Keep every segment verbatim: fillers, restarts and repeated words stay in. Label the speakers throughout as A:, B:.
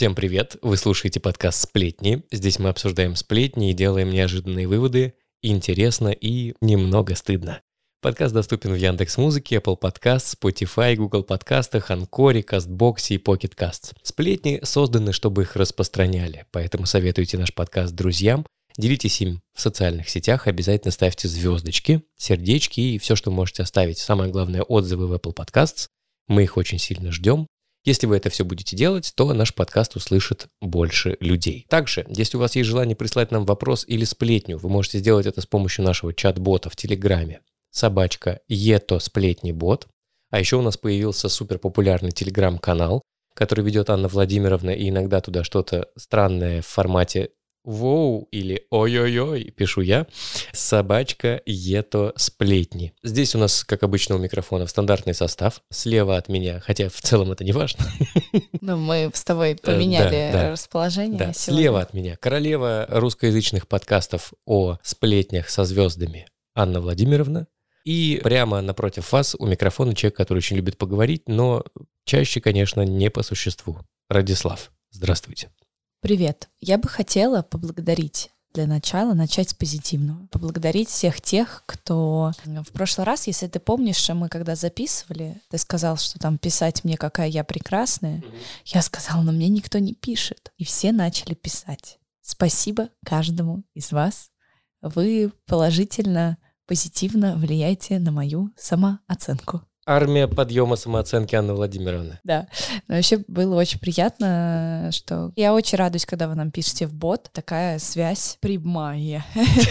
A: Всем привет! Вы слушаете подкаст «Сплетни». Здесь мы обсуждаем сплетни и делаем неожиданные выводы. Интересно и немного стыдно. Подкаст доступен в Яндекс.Музыке, Apple Podcasts, Spotify, Google подкастах, Анкоре, Кастбоксе и Pocket Casts. Сплетни созданы, чтобы их распространяли, поэтому советуйте наш подкаст друзьям, делитесь им в социальных сетях, обязательно ставьте звездочки, сердечки и все, что можете оставить. Самое главное, отзывы в Apple Podcasts. Мы их очень сильно ждем. Если вы это все будете делать, то наш подкаст услышит больше людей. Также, если у вас есть желание прислать нам вопрос или сплетню, вы можете сделать это с помощью нашего чат-бота в Телеграме. Собачка ето сплетни бот. А еще у нас появился суперпопулярный Телеграм-канал, который ведет Анна Владимировна, и иногда туда что-то странное в формате «воу» или «ой-ой-ой» пишу я. Собачка ето сплетни. Здесь у нас, как обычно, у микрофонов стандартный состав. Слева от меня, хотя в целом это не важно.
B: Ну, мы с тобой поменяли
A: да, да,
B: расположение.
A: Да. Слева от меня королева русскоязычных подкастов о сплетнях со звездами Анна Владимировна. И прямо напротив вас у микрофона человек, который очень любит поговорить, но чаще, конечно, не по существу. Радислав, здравствуйте.
B: Привет. Я бы хотела поблагодарить для начала, начать с позитивного. Поблагодарить всех тех, кто в прошлый раз, если ты помнишь, мы когда записывали, ты сказал, что там писать мне, какая я прекрасная. Mm-hmm. Я сказала, но мне никто не пишет. И все начали писать. Спасибо каждому из вас. Вы положительно, позитивно влияете на мою самооценку.
A: Армия подъема самооценки Анны Владимировны.
B: Да, но вообще было очень приятно, что я очень радуюсь, когда вы нам пишете в бот. Такая связь прямая.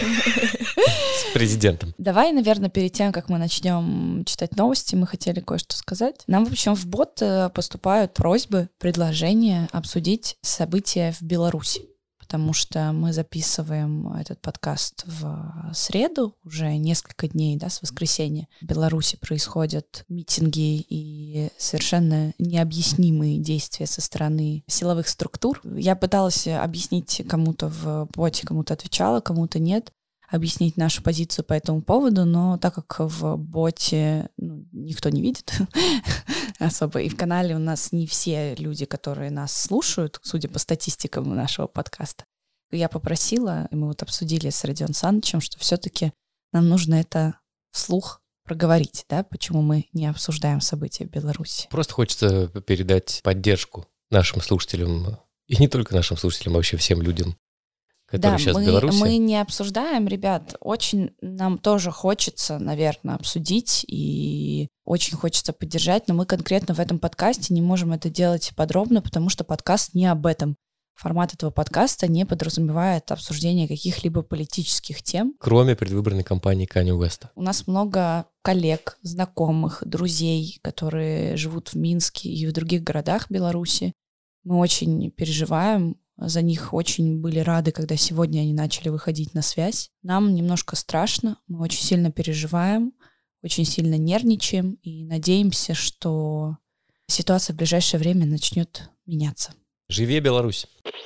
A: С президентом.
B: Давай, наверное, перед тем, как мы начнем читать новости, мы хотели кое-что сказать. Нам, в общем, в бот поступают просьбы, предложения обсудить события в Беларуси. Потому что мы записываем этот подкаст в среду, уже несколько дней, да, с воскресенья. В Беларуси происходят митинги и совершенно необъяснимые действия со стороны силовых структур. Я пыталась объяснить кому-то в боте, кому-то отвечала, кому-то нет, объяснить нашу позицию по этому поводу, но так как в боте ну, никто не видит особо, и в канале у нас не все люди, которые нас слушают, судя по статистикам нашего подкаста, я попросила, и мы вот обсудили с Родионом Санычем, что все-таки нам нужно это вслух проговорить, да, почему мы не обсуждаем события в Беларуси.
A: Просто хочется передать поддержку нашим слушателям, и не только нашим слушателям, а вообще всем людям, которые
B: да,
A: сейчас
B: мы,
A: в Беларуси.
B: Мы не обсуждаем, ребят, очень нам тоже хочется, наверное, обсудить и очень хочется поддержать, но мы конкретно в этом подкасте не можем это делать подробно, потому что подкаст не об этом. Формат этого подкаста не подразумевает обсуждение каких-либо политических тем.
A: Кроме предвыборной кампании Канье Уэста.
B: У нас много коллег, знакомых, друзей, которые живут в Минске и в других городах Беларуси. Мы очень переживаем за них, очень были рады, когда сегодня они начали выходить на связь. Нам немножко страшно, мы очень сильно переживаем, очень сильно нервничаем и надеемся, что ситуация в ближайшее время начнет меняться.
A: Живи Беларусь!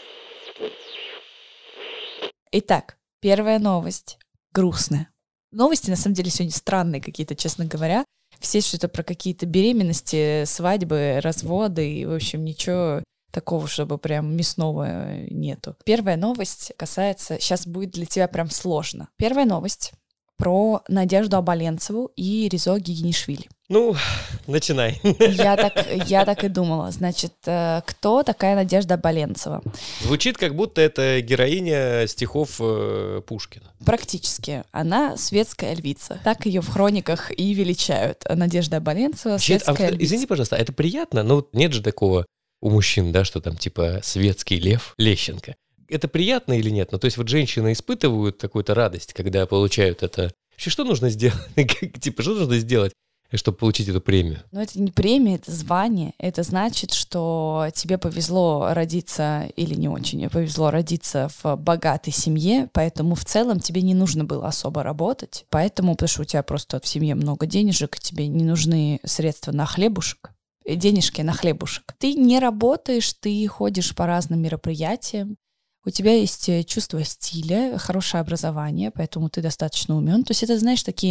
B: Итак, первая новость. Грустная. Новости, на самом деле, сегодня странные какие-то, честно говоря. Все что-то про какие-то беременности, свадьбы, разводы и, в общем, ничего такого, чтобы прям мясного нету. Первая новость касается... Сейчас будет для тебя прям сложно. Первая новость про Надежду Оболенцеву и Резо Гигинишвили.
A: Ну, начинай.
B: Я так, я так и думала. Значит, кто такая Надежда Оболенцева?
A: Звучит, как будто это героиня стихов э, Пушкина.
B: Практически. Она светская львица. Так ее в хрониках и величают. Надежда Оболенцева, светская
A: а,
B: львица.
A: Извини, пожалуйста, это приятно? Но нет же такого у мужчин, да, что там типа светский лев Лещенко. Это приятно или нет? Ну, то есть вот женщины испытывают какую-то радость, когда получают это. Вообще, что нужно сделать? Типа, что нужно сделать, чтобы получить эту премию?
B: Ну, это не премия, это звание. Это значит, что тебе повезло родиться, или не очень, повезло родиться в богатой семье, поэтому в целом тебе не нужно было особо работать. Поэтому, потому что у тебя просто в семье много денежек, тебе не нужны средства на хлебушек, денежки на хлебушек. Ты не работаешь, ты ходишь по разным мероприятиям, у тебя есть чувство стиля, хорошее образование, поэтому ты достаточно умен. То есть это, знаешь, такие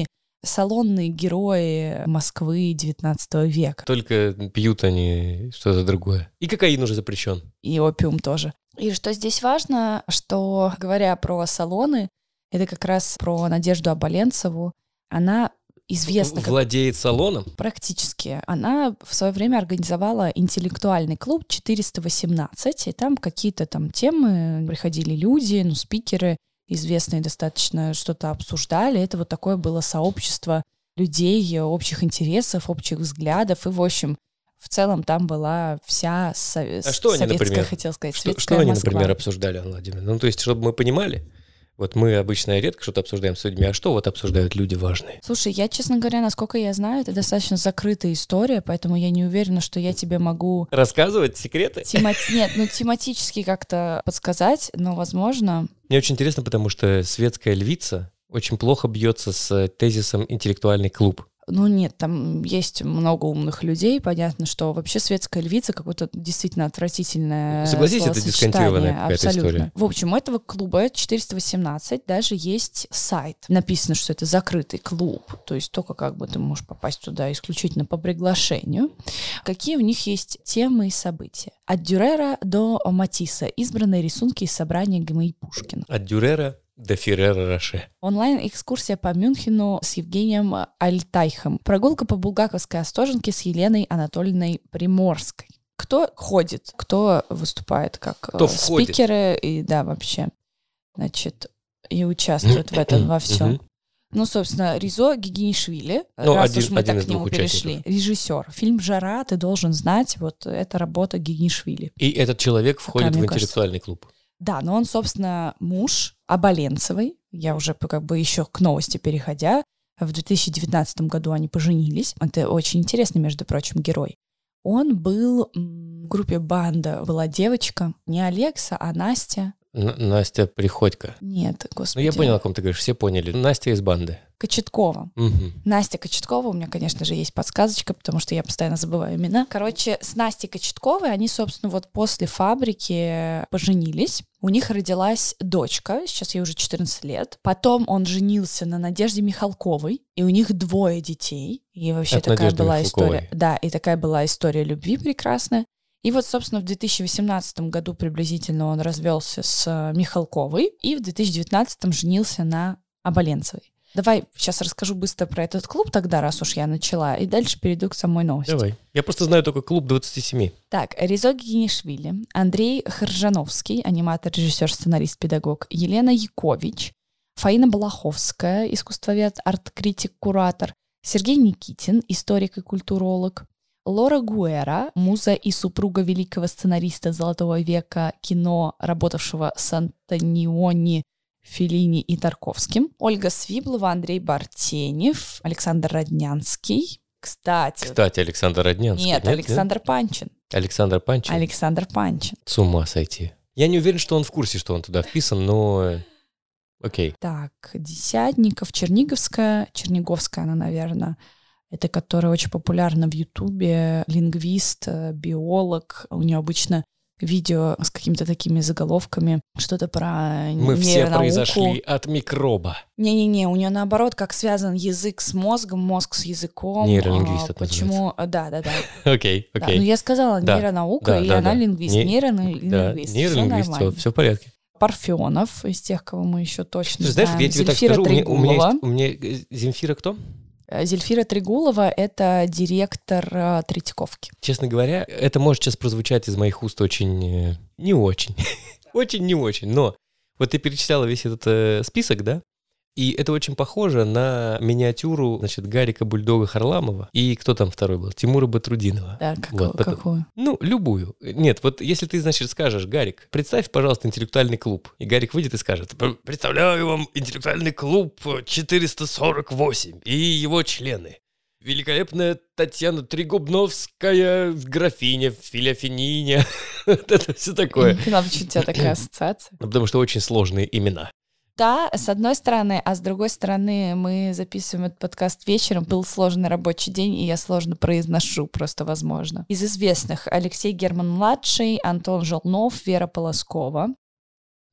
B: салонные герои Москвы девятнадцатого века.
A: Только пьют они что-то другое. И кокаин уже запрещен.
B: И опиум тоже. И что здесь важно, что, говоря про салоны, это как раз про Надежду Оболенцеву. Она известна... Как...
A: Владеет салоном?
B: Практически. Она в свое время организовала интеллектуальный клуб четыреста восемнадцать, и там какие-то там темы, приходили люди, ну, спикеры, известные достаточно, что-то обсуждали. Это вот такое было сообщество людей, общих интересов, общих взглядов, и, в общем, в целом там была вся со... а
A: что они,
B: советская,
A: например,
B: хотел сказать,
A: что,
B: светская
A: что они,
B: Москва.
A: например, обсуждали, Анна Владимировна? Ну, то есть, чтобы мы понимали, вот мы обычно редко что-то обсуждаем с людьми, а что вот обсуждают люди важные?
B: Слушай, я, честно говоря, насколько я знаю, это достаточно закрытая история, поэтому я не уверена, что я тебе могу...
A: Рассказывать секреты?
B: Темат... Нет, ну тематически как-то подсказать, но, возможно...
A: Мне очень интересно, потому что светская львица очень плохо бьется с тезисом «интеллектуальный клуб».
B: Ну нет, там есть много умных людей, понятно, что вообще светская львица какое-то действительно отвратительное
A: Согласись, это дисконтированная какая-то
B: абсолютно.
A: история.
B: В общем, у этого клуба четыреста восемнадцать даже есть сайт. Написано, что это закрытый клуб, то есть только как бы ты можешь попасть туда исключительно по приглашению. Какие у них есть темы и события? От Дюрера до Матисса. Избранные рисунки из собрания ГМИ Пушкина.
A: От Дюрера до Феррера Роше.
B: Онлайн-экскурсия по Мюнхену с Евгением Альтайхом. Прогулка по Булгаковской Остоженке с Еленой Анатольевной Приморской. Кто ходит, кто выступает как
A: кто
B: спикеры и да, вообще, значит, и участвуют в этом во всем. Ну, собственно, Ризо Гигинишвили, ну, раз один, уж мы так к нему перешли, режиссер. Фильм «Жара», ты должен знать, вот это работа Гигинишвили.
A: И этот человек входит Пока, в интеллектуальный кажется. клуб.
B: Да, но он, собственно, муж Оболенцевой. Я уже как бы еще к новости переходя. В две тысячи девятнадцатом году они поженились. Это очень интересный, между прочим, герой. Он был в группе «Банда». Была девочка, не Алекса, а Настя.
A: Н- Настя Приходько.
B: Нет, господи.
A: Ну, я понял, о ком ты говоришь, все поняли. Настя из «Банды».
B: Кочеткова.
A: Угу.
B: Настя Кочеткова, у меня, конечно же, есть подсказочка, потому что я постоянно забываю имена. Короче, с Настей Кочетковой они, собственно, вот после «Фабрики» поженились. У них родилась дочка, сейчас ей уже четырнадцать лет. Потом он женился на Надежде Михалковой, и у них двое детей. И вообще От такая Надежды была Михалковой. история. Да, и такая была история любви прекрасная. И вот, собственно, в две тысячи восемнадцатом году приблизительно он развелся с Михалковой и в две тысячи девятнадцатом женился на Оболенцевой. Давай сейчас расскажу быстро про этот клуб тогда, раз уж я начала, и дальше перейду к самой новости.
A: Давай. Я просто знаю только клуб двадцать семь.
B: Так, Ризо Гигинишвили, Андрей Хржановский, аниматор, режиссер, сценарист, педагог, Елена Якович, Фаина Балаховская, искусствовед, арт-критик, куратор, Сергей Никитин, историк и культуролог, Лора Гуэра, муза и супруга великого сценариста Золотого века кино, работавшего с Антониони, Феллини и Тарковским, Ольга Свиблова, Андрей Бартенев, Александр Роднянский. Кстати.
A: Кстати, Александр Роднянский.
B: Нет, нет Александр нет? Панчин.
A: Александр Панчин?
B: Александр Панчин.
A: С ума сойти. Я не уверен, что он в курсе, что он туда вписан, но... Окей.
B: Так, Десятников, Черниговская, Черниговская она, наверное, это которая очень популярна в Ютубе, лингвист, биолог. У нее обычно видео с какими-то такими заголовками, что-то про
A: Мы
B: нейронауку.
A: все произошли от микроба.
B: Не-не-не, у нее наоборот, как связан язык с мозгом, мозг с языком.
A: Нейролингвист.
B: А, почему? Да-да-да.
A: Окей, окей.
B: Ну я сказала нейронаука, и она лингвист, нейролингвист.
A: Нейролингвист, все в порядке.
B: Парфенов, из тех, кого мы еще точно
A: знаешь,
B: знаем.
A: я тебе так скажу, у меня, у меня Земфира кто?
B: Зельфира Трегулова — это директор э, Третьяковки.
A: Честно говоря, это может сейчас прозвучать из моих уст очень... Э, не очень. Очень не очень. Но вот ты перечисляла весь этот э, список, да? И это очень похоже на миниатюру, значит, Гарика Бульдога Харламова. И кто там второй был? Тимура Батрудинова.
B: Да, как, вот, какую?
A: Ну, любую. Нет, вот если ты, значит, скажешь: Гарик, представь, пожалуйста, интеллектуальный клуб. И Гарик выйдет и скажет: представляю вам интеллектуальный клуб четыреста сорок восемь и его члены. Великолепная Татьяна Трегубновская, графиня, Филяфининя. Вот это все такое.
B: Почему у тебя такая ассоциация?
A: Потому что очень сложные имена.
B: Да, с одной стороны, а с другой стороны, мы записываем этот подкаст вечером, был сложный рабочий день, и я сложно произношу, просто возможно. Из известных: Алексей Герман-младший, Антон Желнов, Вера Полоскова.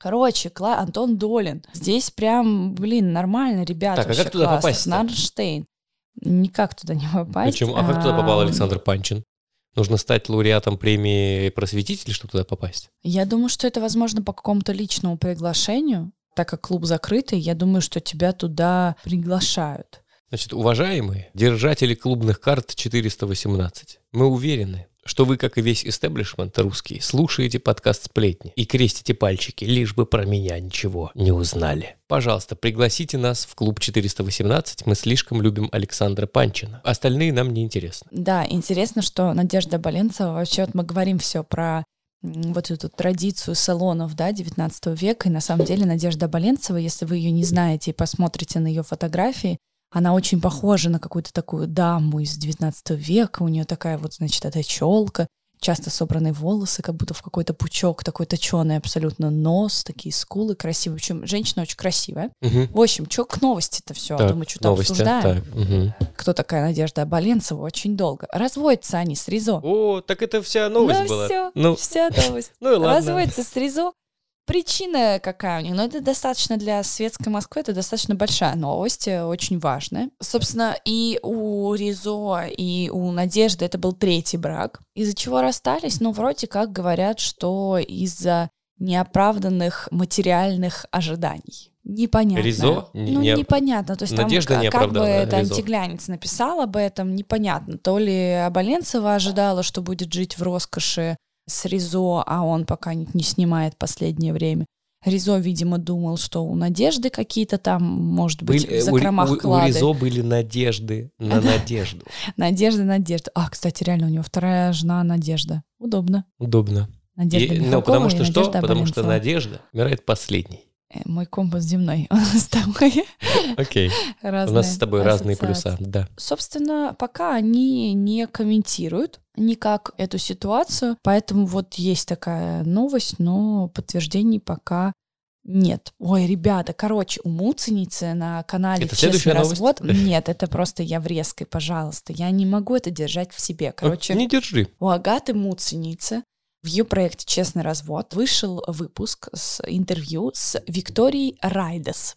B: Короче, Кла... Антон Долин. Здесь прям, блин, нормально, ребята.
A: Так, а как туда
B: классно.
A: попасть-то?
B: Нарнштейн. Никак туда не попасть.
A: Почему? А как туда попал Александр Панчин? Нужно стать лауреатом премии «Просветитель», чтобы туда попасть?
B: Я думаю, что это возможно по какому-то личному приглашению. Так как клуб закрытый, я думаю, что тебя туда приглашают.
A: Значит, уважаемые держатели клубных карт четыреста восемнадцать, мы уверены, что вы, как и весь истеблишмент русский, слушаете подкаст «Сплетни» и крестите пальчики, лишь бы про меня ничего не узнали. Пожалуйста, пригласите нас в клуб четыреста восемнадцать, мы слишком любим Александра Панчина. Остальные нам не интересны.
B: Да, интересно, что Надежда Боленцева, вообще вот мы говорим все про вот эту традицию салонов, да, девятнадцатого века, и на самом деле Надежда Боленцева, если вы ее не знаете и посмотрите на ее фотографии, она очень похожа на какую-то такую даму из девятнадцатого века. У нее такая вот, значит, эта челка, часто собранные волосы, как будто в какой-то пучок, такой точеный абсолютно нос, такие скулы красивые. В общем, женщина очень красивая. Угу. В общем, что к новости-то все? Думаю, что-то новости, обсуждаем.
A: Так, угу.
B: Кто такая Надежда Боленцева? Очень долго. Разводятся они с Ризо.
A: О, так это вся новость
B: ну,
A: была.
B: Все,
A: ну,
B: вся новость.
A: Ну и ладно.
B: Разводятся с Ризо. Причина какая у них? Ну, это достаточно для светской Москвы, это достаточно большая новость, очень важная. Собственно, и у Ризо, и у Надежды это был третий брак. Из-за чего расстались? Ну, вроде как говорят, что из-за неоправданных материальных ожиданий. Непонятно.
A: Ризо?
B: Ну,
A: не...
B: непонятно. То есть
A: Надежда
B: там,
A: не
B: как бы это
A: Ризо.
B: антиглянец написал об этом, непонятно. То ли Боленцева ожидала, что будет жить в роскоши с Ризо, а он пока не, не снимает последнее время. Ризо, видимо, думал, что у Надежды какие-то там, может быть,
A: Были,
B: в закромах
A: у,
B: клады.
A: У Ризо были надежды на надежду.
B: Надежда, Надежда. А, кстати, реально, у него вторая жена Надежда. Удобно.
A: Удобно.
B: Надежда
A: и,
B: Михалкова
A: ну, потому
B: и
A: что
B: Надежда
A: что? Потому
B: Боленцева.
A: что Надежда умирает последней.
B: Мой компас земной, он с тобой.
A: Окей. У нас с тобой разные плюса, да.
B: Собственно, пока они не комментируют никак эту ситуацию, поэтому вот есть такая новость, но подтверждений пока нет. Ой, ребята, короче, у Муценицы на канале
A: это
B: «Честный развод».
A: Новость?
B: Нет, это просто я врезкой, пожалуйста. Я не могу это держать в себе. Короче,
A: не держи.
B: У Агаты Муценицы в ее проекте «Честный развод» вышел выпуск с интервью с Викторией Райдес.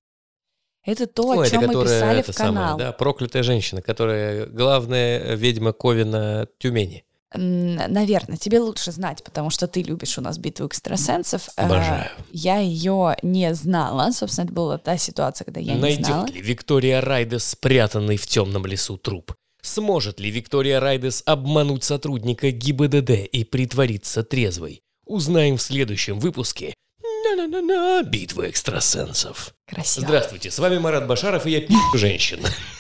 B: Это то,
A: Ой,
B: о чем
A: это
B: мы писали в
A: самое,
B: канал.
A: Да, проклятая женщина, которая главная ведьма Ковина Тюмени.
B: Наверное, тебе лучше знать, потому что ты любишь у нас битву экстрасенсов.
A: Обожаю.
B: Я ее не знала. Собственно, это была та ситуация, когда я
A: Найдет
B: не знала.
A: Найдет ли Виктория Райдес спрятанный в темном лесу труп? Сможет ли Виктория Райдес обмануть сотрудника ГИБДД и притвориться трезвой? Узнаем в следующем выпуске На-на-на-на, битвы экстрасенсов.
B: Красиво.
A: Здравствуйте, с вами Марат Башаров, и я пи***ю женщин.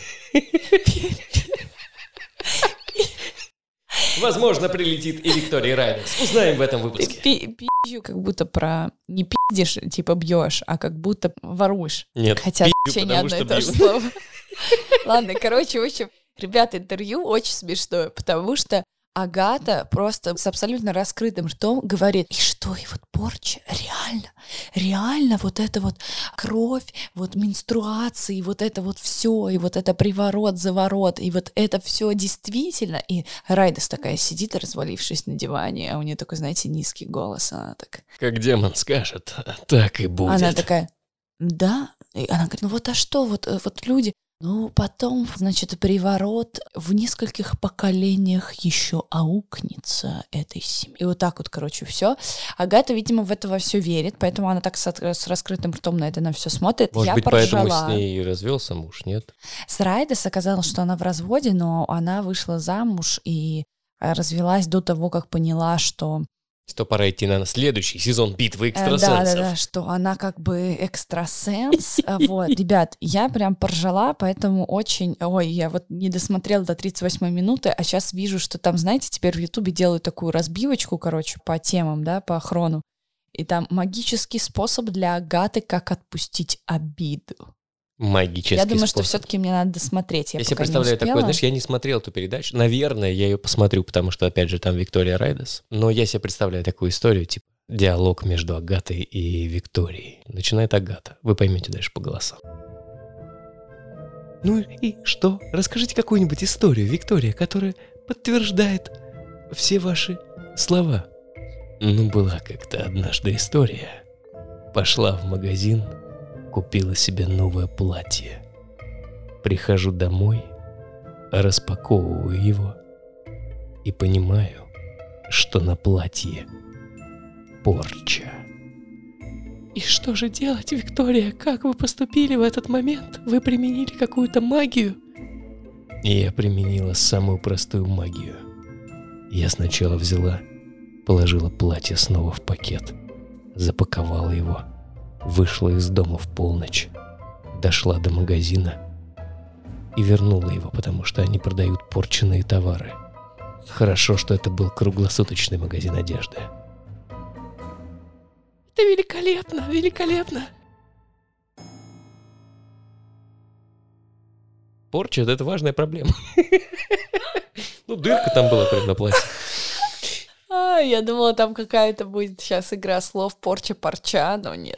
A: Возможно, прилетит и Виктория Райдес. Узнаем в этом выпуске.
B: Пи***ю как будто про... Не пиздишь, типа бьешь, а как будто воруешь.
A: Нет,
B: хотя вообще не одно и то же слово. Ладно, короче, в общем, ребята, интервью очень смешное, потому что Агата просто с абсолютно раскрытым ртом говорит, и что, и вот порча, реально, реально вот это вот кровь, вот менструации, вот это вот все, и вот это приворот, заворот, и вот это все действительно. И Райдес такая сидит, развалившись на диване, а у нее такой, знаете, низкий голос, она так...
A: Как демон скажет, так и будет.
B: Она такая, да, и она говорит, ну вот а что, вот, вот люди... Ну, потом, значит, приворот в нескольких поколениях еще аукнется этой семьи. И вот так вот, короче, все. Агата, видимо, в это во все верит, поэтому она так с, с раскрытым ртом на это на все смотрит.
A: Может
B: Я
A: быть,
B: поржала.
A: поэтому с ней и развелся муж, нет?
B: С Райдес оказалось, что она в разводе, но она вышла замуж и развелась до того, как поняла, что...
A: Что пора идти на следующий сезон битвы экстрасенсов.
B: Да-да-да, что она как бы экстрасенс. Вот, ребят, я прям поржала, поэтому очень... Ой, я вот не досмотрела до тридцать восьмой минуты, а сейчас вижу, что там, знаете, теперь в Ютубе делают такую разбивочку, короче, по темам, да, по охрону. И там магический способ для Агаты, как отпустить обиду.
A: Магический
B: Я думаю,
A: способ.
B: что все-таки мне надо досмотреть. Я,
A: я себе
B: пока
A: представляю
B: не успела.
A: такое, знаешь, я не смотрел эту передачу. Наверное, я ее посмотрю, потому что, опять же, там Виктория Райдес. Но я себе представляю такую историю, типа диалог между Агатой и Викторией. Начинает Агата. Вы поймете дальше по голосам. Ну и что? Расскажите какую-нибудь историю, Виктория, которая подтверждает все ваши слова. Ну, была как-то однажды история. Пошла в магазин, купила себе новое платье. Прихожу домой, распаковываю его и понимаю, что на платье порча. «И что же делать, Виктория? Как вы поступили в этот момент? Вы применили какую-то магию?» И я применила самую простую магию. Я сначала взяла, положила платье снова в пакет, запаковала его, вышла из дома в полночь, дошла до магазина и вернула его, потому что они продают порченные товары. Хорошо, что это был круглосуточный магазин одежды. Это великолепно, великолепно. Порча — это важная проблема. Ну, дырка там была прям на платье.
B: А, я думала, там какая-то будет сейчас игра слов порча-порча, но нет.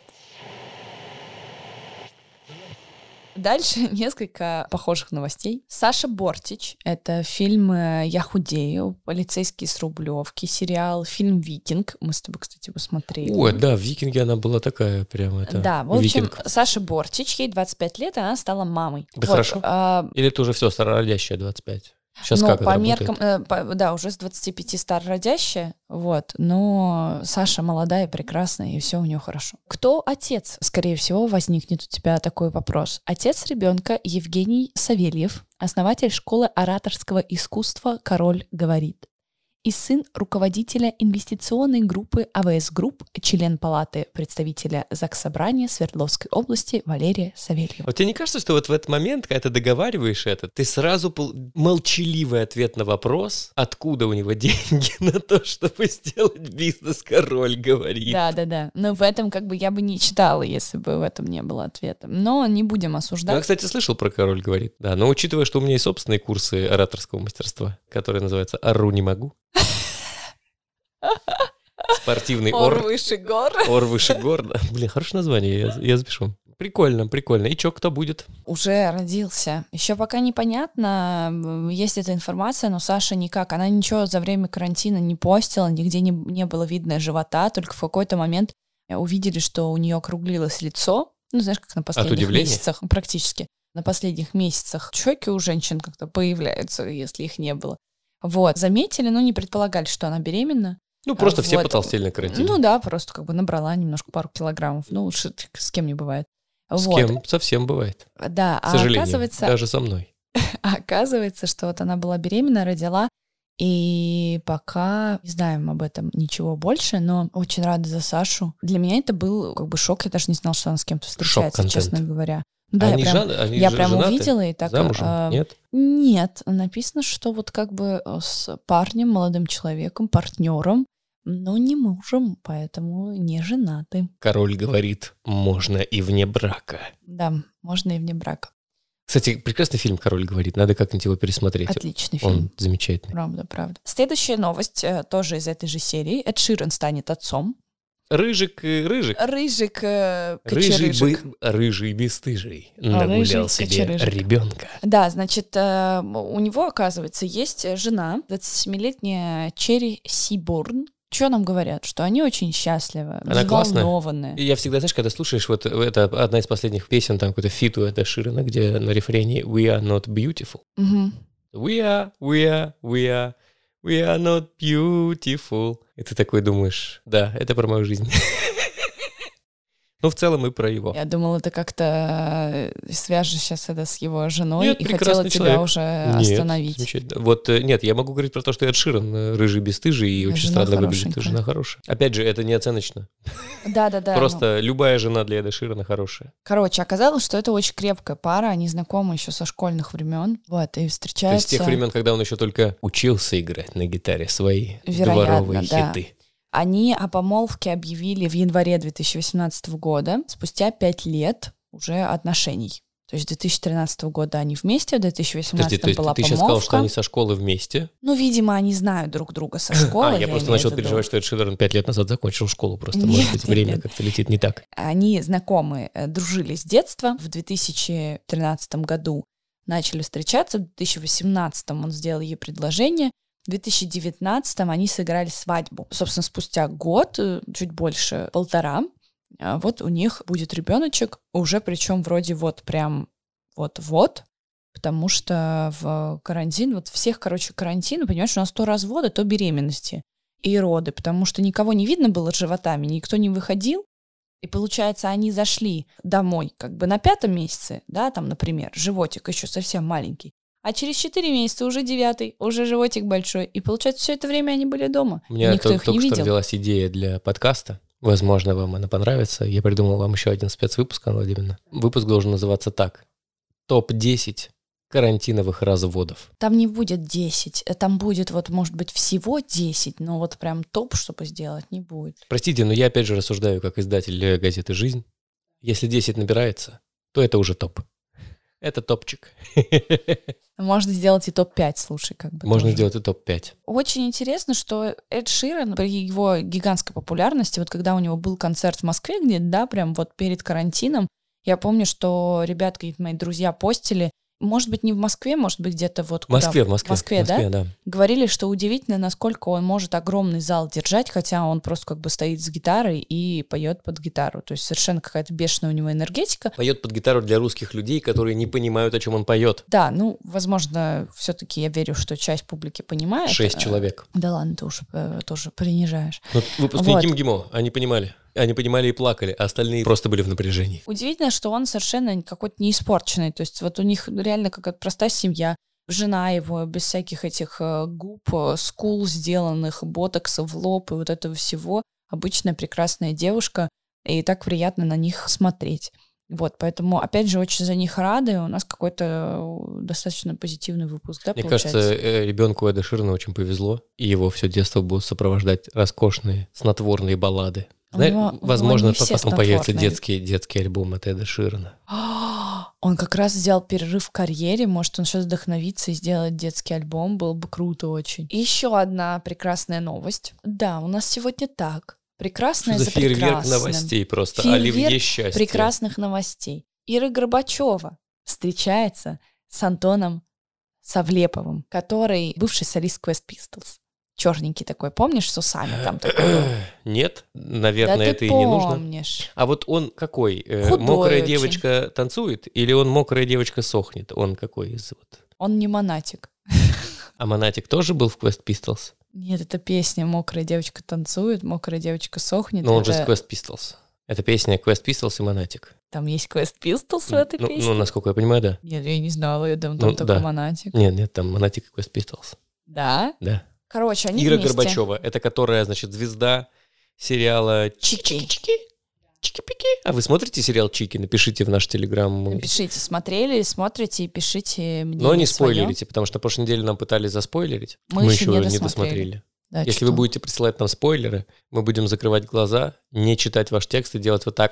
B: Дальше несколько похожих новостей. Саша Бортич. Это фильм «Я худею», «Полицейский с Рублевки», сериал, фильм «Викинг». Мы с тобой, кстати, посмотрели.
A: Ой, да, в «Викинге» она была такая прям это...
B: Да, в общем,
A: викинг.
B: Саша Бортич, ей двадцать пять лет, и она стала мамой.
A: Да
B: вот,
A: хорошо.
B: А...
A: Или это уже все, старородящая двадцать пять? Сейчас
B: но
A: как
B: по
A: это
B: меркам,
A: работает?
B: э, по, да, уже с двадцати пяти старородящая, вот, но Саша молодая, прекрасная, и все у нее хорошо. Кто отец? Скорее всего, возникнет у тебя такой вопрос. Отец ребенка Евгений Савельев, основатель школы ораторского искусства «Король говорит». И сын руководителя инвестиционной группы АВС Групп, член палаты представителя Заксобрания Свердловской области Валерия Савельева.
A: А тебе не кажется, что вот в этот момент, когда ты договариваешь это, ты сразу пол... молчаливый ответ на вопрос, откуда у него деньги на то, чтобы сделать бизнес, король говорит?
B: Да-да-да. Но в этом как бы я бы не читала, если бы в этом не было ответа. Но не будем осуждать.
A: Я, кстати, слышал про король говорит. Да, но учитывая, что у меня есть собственные курсы ораторского мастерства, которые называются «Ору не могу». Спортивный ор.
B: Ор выше гор.
A: Ор выше гор. Да. Блин, хорошее название, я, я запишу. Прикольно, прикольно. И чё, кто будет?
B: Уже родился. Еще пока непонятно, есть эта информация, но Саша никак. Она ничего за время карантина не постила, нигде не, не было видно живота, только в какой-то момент увидели, что у нее округлилось лицо. Ну, знаешь, как на последних месяцах. Практически. На последних месяцах щеки у женщин как-то появляются, если их не было. Вот. Заметили, но не предполагали, что она беременна.
A: Ну, просто
B: вот.
A: Все потолстели на карантине.
B: Ну да, просто как бы набрала немножко пару килограммов. Ну, лучше с кем не бывает.
A: С
B: вот.
A: кем? Совсем бывает.
B: Да,
A: к сожалению,
B: а оказывается...
A: даже со мной.
B: Оказывается, что вот она была беременна, родила, и пока не знаем об этом ничего больше, но очень рада за Сашу. Для меня это был как бы шок, я даже не знала, что она с кем-то встречается,
A: Шок-контент.
B: честно говоря. Да,
A: они
B: я прям,
A: жен... они
B: я
A: ж
B: прям
A: женаты?
B: увидела и так...
A: Замужем?
B: А,
A: Нет?
B: Нет, написано, что вот как бы с парнем, молодым человеком, партнером, но не мужем, поэтому не женаты.
A: Король говорит, можно и вне брака.
B: Да, можно и вне брака.
A: Кстати, прекрасный фильм «Король говорит», надо как-нибудь его пересмотреть.
B: Отличный фильм.
A: Он замечательный.
B: Правда, правда. Следующая новость э, тоже из этой же серии. Эд Ширан станет отцом.
A: Рыжик, рыжик.
B: Рыжик, э,
A: Рыжий,
B: кочерыжик.
A: бы, рыжий бесстыжий
B: А,
A: нагулял
B: рыжий
A: себе
B: кочерыжик.
A: ребенка.
B: Да, значит, э, у него, оказывается, есть жена, двадцатисемилетняя Черри Сиборн. Что нам говорят? Что они очень счастливы,
A: Она классная.
B: взволнованные.
A: И я всегда, знаешь, когда слушаешь, вот это одна из последних песен, там какой-то фит у Эда Ширана, где на рефрене «We are not beautiful».
B: Мгм.
A: We are, we are, we are, we are not beautiful. И ты такой думаешь, да, это про мою жизнь. Ну, в целом и про его.
B: Я думала, ты как-то свяжешь сейчас это с его женой
A: Нет,
B: и хотела
A: прекрасный
B: тебя
A: человек.
B: уже
A: Нет,
B: остановить.
A: замечательно. Вот, э, нет, я могу говорить про то, что Эд Ширан э, рыжий бесстыжий и
B: А
A: очень
B: жена
A: странно выглядит.
B: хорошенькая.
A: Жена хорошая. Опять же, это не оценочно.
B: Да-да-да. ну.
A: Просто любая жена для Эда Ширана хорошая.
B: Короче, оказалось, что это очень крепкая пара, они знакомы еще со школьных времен. Вот, и
A: То есть
B: встречаются.
A: с тех времен, когда он еще только учился играть на гитаре свои
B: Вероятно,
A: дворовые
B: да.
A: хиты.
B: Они о помолвке объявили в январе две тысячи восемнадцатого года, спустя пять лет уже отношений. То есть с две тысячи тринадцатого года они вместе, в две тысячи восемнадцатом
A: Подожди, то есть
B: была
A: ты
B: помолвка.
A: сейчас сказал, что они со школы вместе?
B: Ну, видимо, они знают друг друга со школы.
A: А, я просто
B: имею
A: начал
B: в виду.
A: переживать, что Эд Ширан пять лет назад закончил школу. Просто,
B: Нет,
A: может быть,
B: нет,
A: время
B: нет.
A: как-то летит не так.
B: Они знакомы, э, дружили с детства. В две тысячи тринадцатом году начали встречаться. В две тысячи восемнадцатом он сделал ей предложение. В две тысячи девятнадцатом они сыграли свадьбу. Собственно, спустя год, э, чуть больше, полтора, а вот у них будет ребеночек, уже причем вроде вот прям вот-вот, потому что в карантин, вот всех, короче, карантин, понимаешь, у нас то разводы, то беременности и роды, потому что никого не видно было с животами, никто не выходил, и получается, они зашли домой как бы на пятом месяце, да, там, например, животик еще совсем маленький, а через четыре месяца уже девятый, уже животик большой, и получается, все это время они были дома,
A: У меня
B: никто
A: только,
B: их
A: только
B: не
A: что
B: видел.
A: родилась идея для подкаста. Возможно, вам она понравится. Я придумал вам еще один спецвыпуск, Анна Владимировна. Выпуск должен называться так. топ десять карантиновых разводов.
B: Там не будет десять, там будет вот, может быть, всего десять, но вот прям топ, чтобы сделать, не будет.
A: Простите, но я опять же рассуждаю как издатель газеты «Жизнь». Если десять набирается, то это уже топ. Это топчик.
B: Можно сделать и топ пять, слушай, как бы.
A: Можно
B: тоже.
A: сделать и топ пять.
B: Очень интересно, что Эд Ширан при его гигантской популярности, вот когда у него был концерт в Москве где-то, да, прям вот перед карантином, я помню, что ребята, какие-то мои друзья постили, может быть, не в Москве, может быть, где-то вот
A: В Москве,
B: куда?
A: в Москве.
B: В Москве,
A: в Москве
B: да?
A: да?
B: Говорили, что удивительно, насколько он может огромный зал держать, хотя он просто как бы стоит с гитарой и поет под гитару. То есть совершенно какая-то бешеная у него энергетика.
A: Поет под гитару для русских людей, которые не понимают, о чем он поет.
B: Да, ну, возможно, все-таки я верю, что часть публики понимает.
A: Шесть человек.
B: Да ладно, ты уж э, тоже принижаешь.
A: Вот выпускники
B: Вот.
A: МГИМО, они понимали. Они понимали и плакали, а остальные просто были в напряжении.
B: Удивительно, что он совершенно какой-то не испорченный. То есть вот у них реально какая-то простая семья. Жена его без всяких этих э, губ, э, скул сделанных, ботокса в лоб и вот этого всего. Обычная прекрасная девушка. И так приятно на них смотреть. Вот, поэтому, опять же, очень за них рады. У нас какой-то достаточно позитивный выпуск, да,
A: Мне
B: получается?
A: кажется, э, ребенку Эда Ширана очень повезло, и его все детство будут сопровождать роскошные снотворные баллады.
B: У
A: Знаешь,
B: него- у него
A: возможно,
B: не все
A: потом появится
B: снотворные.
A: детский, детский альбом от Эда Ширана.
B: Он как раз взял перерыв в карьере, может, он сейчас вдохновится и сделает детский альбом, было бы круто очень. И еще одна прекрасная новость. Да, у нас сегодня так. Прекрасное
A: Что за
B: за
A: фейерверк
B: прекрасным.
A: новостей просто,
B: Фейерверк
A: оливье счастья.
B: прекрасных новостей. Ира Горбачева встречается с Антоном Савлеповым, который бывший солист Quest Pistols. Черненький такой, помнишь, с усами там такой?
A: Нет, наверное,
B: Да
A: это
B: ты
A: и не нужно.
B: помнишь.
A: А вот он какой? Э,
B: Худой
A: мокрая
B: очень.
A: девочка танцует или он мокрая девочка сохнет? Он какой из вот?
B: Он не монатик.
A: А Монатик тоже был в Quest Pistols?
B: Нет, это песня «Мокрая девочка танцует», «Мокрая девочка сохнет».
A: Но он же
B: Это-
A: с Quest Pistols. Это песня Quest Pistols и Монатик.
B: Там есть Quest Pistols в этой
A: Ну,
B: песне?
A: ну, насколько я понимаю, да.
B: Нет, я не знала, я думала, там
A: Ну,
B: только
A: да.
B: монатик.
A: Нет, нет, там Монатик и Quest Pistols.
B: Да?
A: Да.
B: Короче, они
A: Ира
B: вместе.
A: Горбачева, это которая, значит, звезда сериала
B: Чики.
A: Чики-Чики. Чики-Пики. А вы смотрите сериал Чики? Напишите в наш телеграм.
B: Пишите, смотрели, смотрите и пишите мне.
A: Но не спойлерите, потому что на прошлой неделе нам пытались заспойлерить.
B: Мы
A: Мы
B: еще
A: еще
B: не
A: не
B: досмотрели.
A: досмотрели.
B: Да,
A: Если
B: что?
A: вы будете присылать нам спойлеры, мы будем закрывать глаза, не читать ваш текст и делать вот так.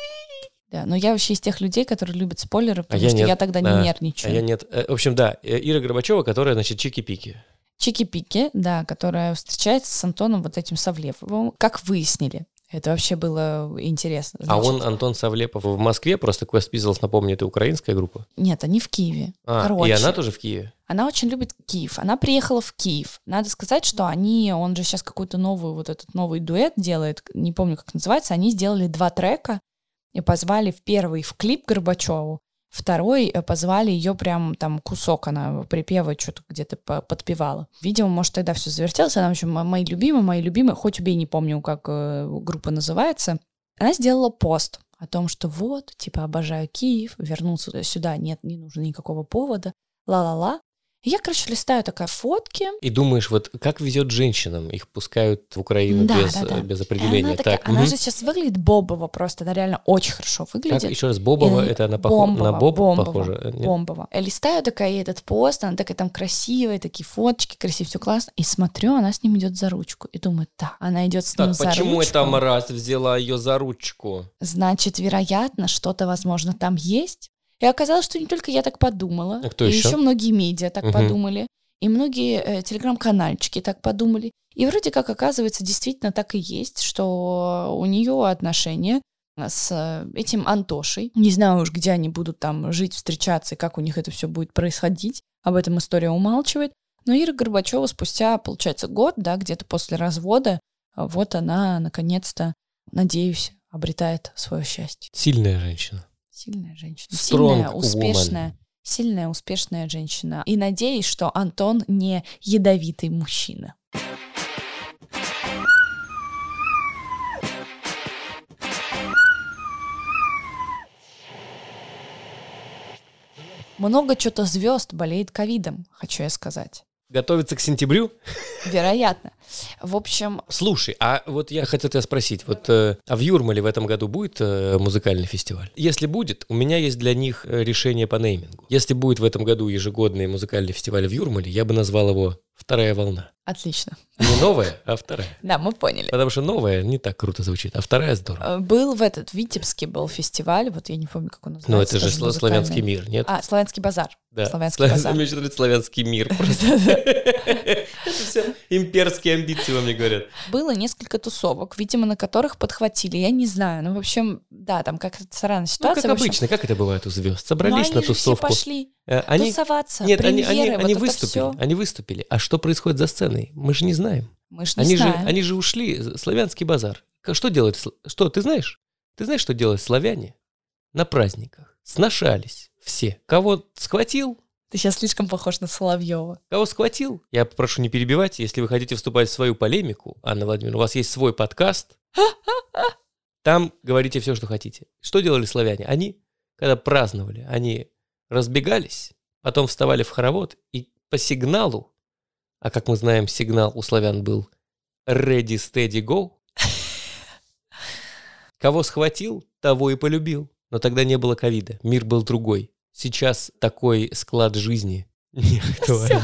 B: Да, но я вообще из тех людей, которые любят спойлеры, потому
A: я
B: что
A: нет.
B: я тогда
A: Да.
B: не
A: А
B: нервничаю.
A: я нет. Э, В общем, да, э, Ира Горбачева, которая, значит, Чики-Пики.
B: Чики-Пики, да, которая встречается с Антоном вот этим Савлеповым. Как выяснили. Это вообще было интересно.
A: А
B: Значит,
A: он, Антон Савлепов, в Москве, просто Quest Pistols, напомню, это украинская группа.
B: Нет, они в Киеве.
A: А,
B: Короче,
A: и она тоже в Киеве?
B: она очень любит Киев. Она приехала в Киев. Надо сказать, что они, он же сейчас какой-то новый, вот этот новый дуэт делает, не помню, как называется. Они сделали два трека и позвали в первый в клип Горбачеву, второй э, позвали ее прям там кусок, она припева что-то где-то по- подпевала. Видимо, может, тогда все завертелось. Она, в общем, мои любимые, мои любимые, хоть убей, не помню, как э, группа называется. Она сделала пост о том, что вот, типа, обожаю Киев, вернулся сюда, нет, не нужно никакого повода, ла-ла-ла. И я, короче, листаю такая фотки.
A: И думаешь, вот как везет женщинам? Их пускают в Украину
B: Да,
A: без,
B: да, да.
A: э, без
B: И
A: определения.
B: Она, такая,
A: Так,
B: она
A: мгм.
B: же сейчас выглядит бобово просто, она реально очень хорошо
A: Как
B: выглядит.
A: еще раз, Бобова,
B: И-
A: это она похожа на
B: Бомбово,
A: Боб
B: бомбово,
A: похожа? э, нет?
B: Бомбово. Я листаю такая и этот пост, она такая там красивая, такие фоточки, красиво, все классно. И смотрю, она с ним идет за ручку. И думаю, да, она идет с ним
A: Так,
B: за
A: почему
B: ручку.
A: это Мразь взяла ее за ручку?
B: Значит, вероятно, что-то, возможно, там есть. И оказалось, что не только я так подумала.
A: А кто
B: и
A: еще?
B: еще многие медиа так
A: Мгм.
B: подумали. И многие э, телеграм-канальчики так подумали. И вроде как, оказывается, действительно так и есть, что у нее отношения с э, этим Антошей. Не знаю уж, где они будут там жить, встречаться, и как у них это все будет происходить. Об этом история умалчивает. Но Ира Горбачева спустя, получается, год, да, где-то после развода, вот она, наконец-то, надеюсь, обретает свое счастье.
A: Сильная женщина.
B: Сильная женщина.
A: Strong
B: Сильная,
A: woman.
B: успешная. Сильная, успешная женщина. И надеюсь, что Антон не ядовитый мужчина. Много что-то звезд болеет ковидом, хочу я сказать.
A: Готовится к сентябрю?
B: Вероятно. В общем...
A: Слушай, а вот я хотел тебя спросить, вот э, а в Юрмале в этом году будет э, музыкальный фестиваль? Если будет, у меня есть для них э, решение по неймингу. Если будет в этом году ежегодный музыкальный фестиваль в Юрмале, я бы назвал его «Вторая волна».
B: Отлично.
A: Не новая, а вторая.
B: Да, мы поняли.
A: Потому что новая не так круто звучит, а вторая здорово.
B: Был в этот, в Витебске был фестиваль, вот я не помню, как он называется.
A: Ну, это же
B: тоже музыкальный.
A: Славянский мир, нет?
B: А, Славянский базар.
A: Да.
B: Славянский базар.
A: Мне еще нравится Славянский мир. Это все имперские амбиции во мне говорят.
B: Было несколько тусовок, видимо, на которых подхватили, я не знаю. Ну, в общем, да, там как-то странная ситуация.
A: Ну, как обычно, как это бывает у звезд. Собрались на тусовку.
B: Все пошли
A: они...
B: тусоваться,
A: Нет, они, они,
B: вот
A: они
B: это
A: выступили,
B: всё.
A: они выступили. А что происходит за сценой? Мы же не знаем.
B: Мы же не
A: они
B: знаем.
A: Же, они же ушли. Славянский базар. Что делают? Что, ты знаешь? Ты знаешь, что делают славяне на праздниках? Сношались все. Кого схватил?
B: Ты сейчас слишком похож на Соловьева.
A: Кого схватил? Я попрошу не перебивать. Если вы хотите вступать в свою полемику, Анна Владимировна, у вас есть свой подкаст. Там говорите все, что хотите. Что делали славяне? Они, когда праздновали, они разбегались, потом вставали в хоровод и по сигналу, а как мы знаем, сигнал у славян был ready, steady, go. Кого схватил, того и полюбил. Но тогда не было ковида, мир был другой. Сейчас такой склад жизни не актуален.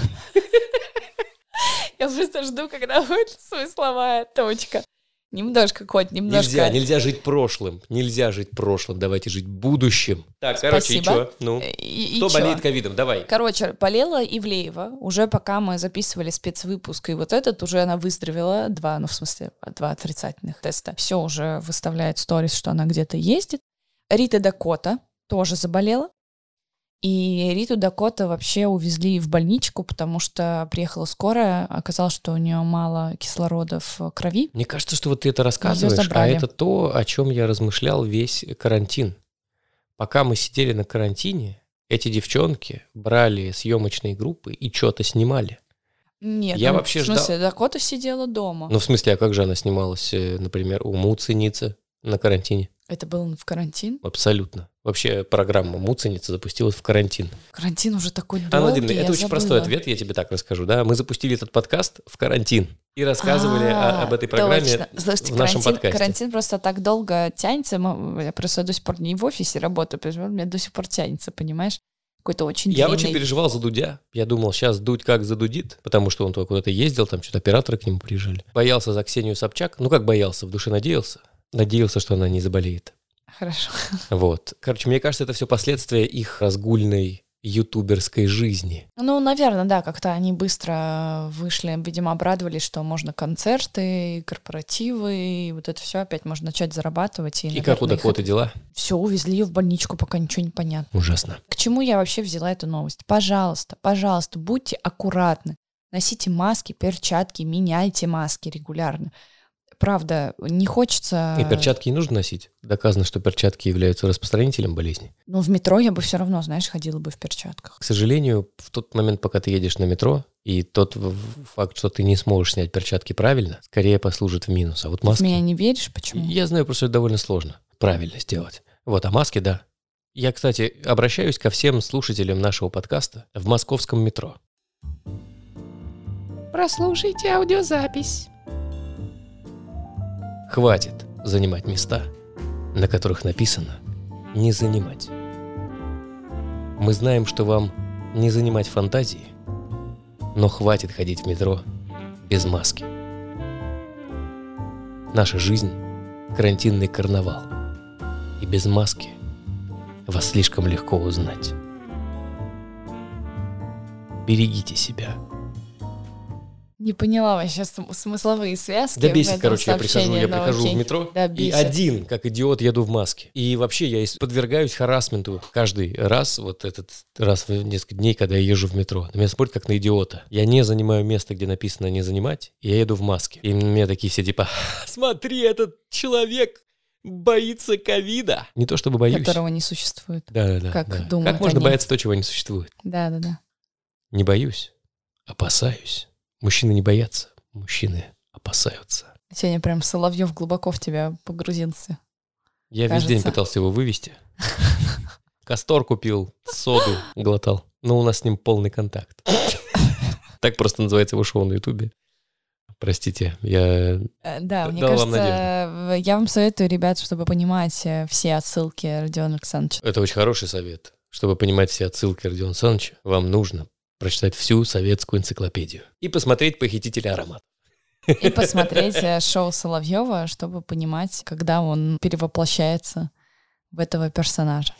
B: Я просто жду, когда будет смысловая точка. Немножко, Коть, немножко.
A: Нельзя, нельзя жить прошлым. Нельзя жить прошлым. Давайте жить будущим. Так, короче, и что? Ну,
B: и,
A: кто
B: и
A: болеет
B: чё?
A: ковидом? Давай.
B: Короче, болела Ивлеева. Уже пока мы записывали спецвыпуск, и вот этот уже она выздоровела. Два, ну, в смысле, два отрицательных теста. Все уже выставляет сторис, что она где-то ездит. Рита Дакота тоже заболела. И Риту Дакота вообще увезли в больничку, потому что приехала скорая, оказалось, что у нее мало кислорода в крови.
A: Мне кажется, что вот ты это рассказываешь, а это то, о чем я размышлял весь карантин. Пока мы сидели на карантине, эти девчонки брали съемочные группы и что-то снимали.
B: Нет,
A: я
B: ну,
A: вообще
B: в смысле,
A: ждал...
B: Дакота сидела дома.
A: Ну, в смысле, а как же она снималась, например, у Муценицы на карантине?
B: Это был в карантин?
A: Абсолютно. Вообще программа Муценица запустилась в карантин.
B: Карантин уже такой долгий,
A: Анна Владимировна, это
B: я
A: очень
B: забыла.
A: простой ответ, я тебе так расскажу. Да? Мы запустили этот подкаст в карантин и рассказывали
B: А,
A: о, об этой программе
B: точно. Слушайте,
A: в нашем
B: карантин,
A: подкасте.
B: Карантин просто так долго тянется. Мы- Я просто до сих пор не в офисе работаю, поэтому у меня до сих пор тянется, понимаешь? Какой-то очень
A: Я
B: длинный.
A: очень переживал за Дудя. Я думал, сейчас Дудь как задудит, потому что он туда куда-то ездил, там что-то операторы к нему приезжали. Боялся за Ксению Собчак. Ну как боялся, в душе надеялся. Надеялся, что она не заболеет.
B: Хорошо.
A: Вот. Короче, мне кажется, это все последствия их разгульной ютуберской жизни.
B: Ну, наверное, да, как-то они быстро вышли, видимо, обрадовались, что можно концерты, корпоративы, и вот это все опять можно начать зарабатывать. И,
A: И как у Дакоты дела?
B: Все, увезли ее в больничку, пока ничего не понятно.
A: Ужасно.
B: К чему я вообще взяла эту новость? Пожалуйста, пожалуйста, будьте аккуратны. Носите маски, перчатки, меняйте маски регулярно. Правда, не хочется...
A: И перчатки не нужно носить. Доказано, что перчатки являются распространителем болезни.
B: Ну, в метро я бы все равно, знаешь, ходила бы в перчатках.
A: К сожалению, в тот момент, пока ты едешь на метро, и тот в- факт, что ты не сможешь снять перчатки правильно, скорее послужит в минус. А вот
B: В
A: маски...
B: меня не веришь? Почему?
A: Я знаю, просто это довольно сложно правильно сделать. Вот, а маски, да. Я, кстати, обращаюсь ко всем слушателям нашего подкаста в московском метро.
B: Прослушайте аудиозапись.
A: Хватит занимать места, на которых написано «не занимать». Мы знаем, что вам не занимать фантазии, но хватит ходить в метро без маски. Наша жизнь – карантинный карнавал, и без маски вас слишком легко узнать. Берегите себя.
B: Не поняла вообще см- смысловые связки.
A: Да
B: в
A: бесит,
B: этом
A: короче, я прихожу,
B: сообщении,
A: я
B: но
A: прихожу
B: окей.
A: в метро
B: Да,
A: и
B: бесит.
A: один, как идиот, еду в маске. И вообще я ис- подвергаюсь харассменту каждый раз, вот этот раз в несколько дней, когда я езжу в метро. На меня смотрят как на идиота. Я не занимаю место, где написано «не занимать», и я еду в маске. И мне такие все типа «смотри, этот человек боится ковида. Не то чтобы боюсь.
B: Которого не существует.
A: Да-да-да.
B: Как
A: да.
B: думают
A: Как можно
B: они.
A: бояться того, чего не существует?
B: Да-да-да.
A: Не боюсь, опасаюсь. Мужчины не боятся, мужчины опасаются.
B: Сегодня прям Соловьев глубоко в тебя погрузился.
A: Я
B: Кажется.
A: весь день пытался его вывести. Кастор купил, соду глотал. Но у нас с ним полный контакт. Так просто называется его шоу на Ютубе. Простите, я
B: Э, Да, мне
A: дал вам
B: кажется, я вам советую, ребят, чтобы понимать э, все отсылки Родиона Александровича.
A: Это очень хороший совет. Чтобы понимать все отсылки Родиона Александровича, вам нужно прочитать всю советскую энциклопедию и посмотреть «Похитителя аромата».
B: И посмотреть э, шоу Соловьева, чтобы понимать, когда он перевоплощается в этого персонажа.